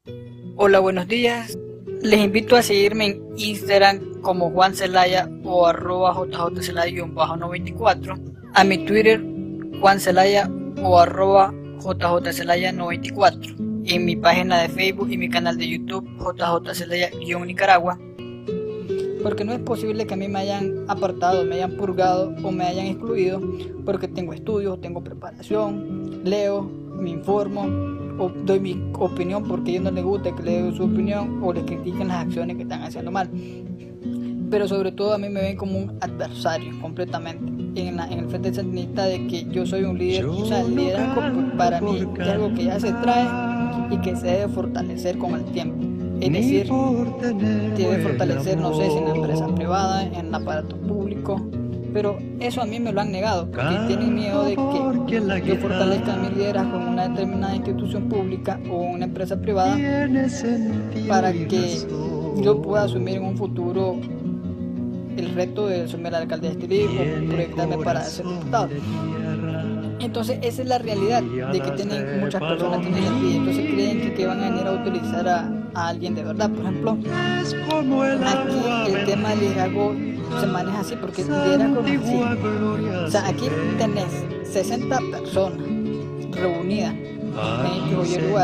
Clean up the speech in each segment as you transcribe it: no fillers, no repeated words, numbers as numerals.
Hola, buenos días. Les invito a seguirme en Instagram como Juan Celaya o @jjcelaya_94, a mi Twitter Juan Celaya o @jjcelaya94, en mi página de Facebook y mi canal de YouTube JJ Celaya-Nicaragua, porque no es posible que a mí me hayan apartado, me hayan purgado o me hayan excluido porque tengo estudios, tengo preparación, leo, me informo o doy mi opinión porque a ellos no les gusta que le dé su opinión o les critiquen las acciones que están haciendo mal. Pero sobre todo a mí me ven como un adversario completamente en el frente sandinista, de que yo soy un líder. O sea, el liderazgo para mí es algo que ya se trae y que se debe fortalecer con el tiempo. Es decir, debe fortalecer, no sé si en la empresa privada, en el aparato público, pero eso a mí me lo han negado, porque tienen miedo de que yo fortalezca mi liderazgo en una determinada institución pública o una empresa privada para que yo pueda asumir en un futuro el reto de asumir la alcaldía de Estelí o proyectarme para ser diputado. Entonces esa es la realidad de que tienen muchas personas tienen envidia. Entonces creen que van a venir a utilizar a alguien de verdad. Por ejemplo, aquí el tema del liderazgo se maneja así, porque el liderazgo no es así. O sea, aquí tenés 60 personas reunidas en X o Y lugar.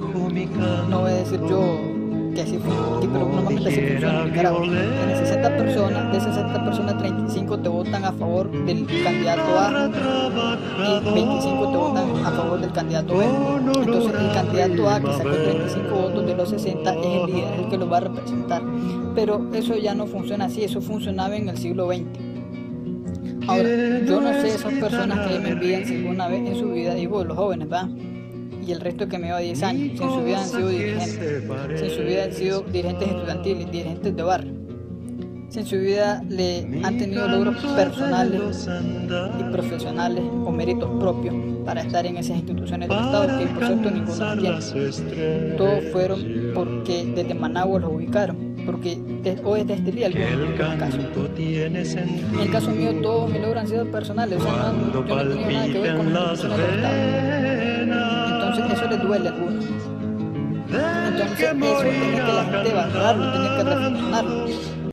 No voy a decir yo que así fue aquí, pero normalmente así funciona en Nicaragua. Tienes 60 personas, de 60 personas 35 te votan a favor del candidato A y 25 te votan a favor del candidato B. Entonces el candidato A, que sacó 35 votos de los 60, es el líder, es el que lo va a representar. Pero eso ya no funciona así, eso funcionaba en el siglo XX. Ahora, yo no sé esas personas que me envían si alguna vez en su vida, digo los jóvenes, ¿verdad? Y el resto que me lleva 10 años, si en su vida han sido dirigentes, si en su vida han sido dirigentes estudiantiles, dirigentes de barrio, si en su vida le han tenido logros personales y profesionales o méritos propios para estar en esas instituciones del Estado, que por cierto ninguno tiene. Todos fueron porque desde Managua los ubicaron, porque o desde Estelí algunos en el caso. En el caso mío todos mis logros han sido personales, o sea, yo no he tenido nada que ver con las instituciones del Estado. Entonces eso les duele a algunos. Entonces eso tiene que la gente valorarlo, tiene que reflexionarlo.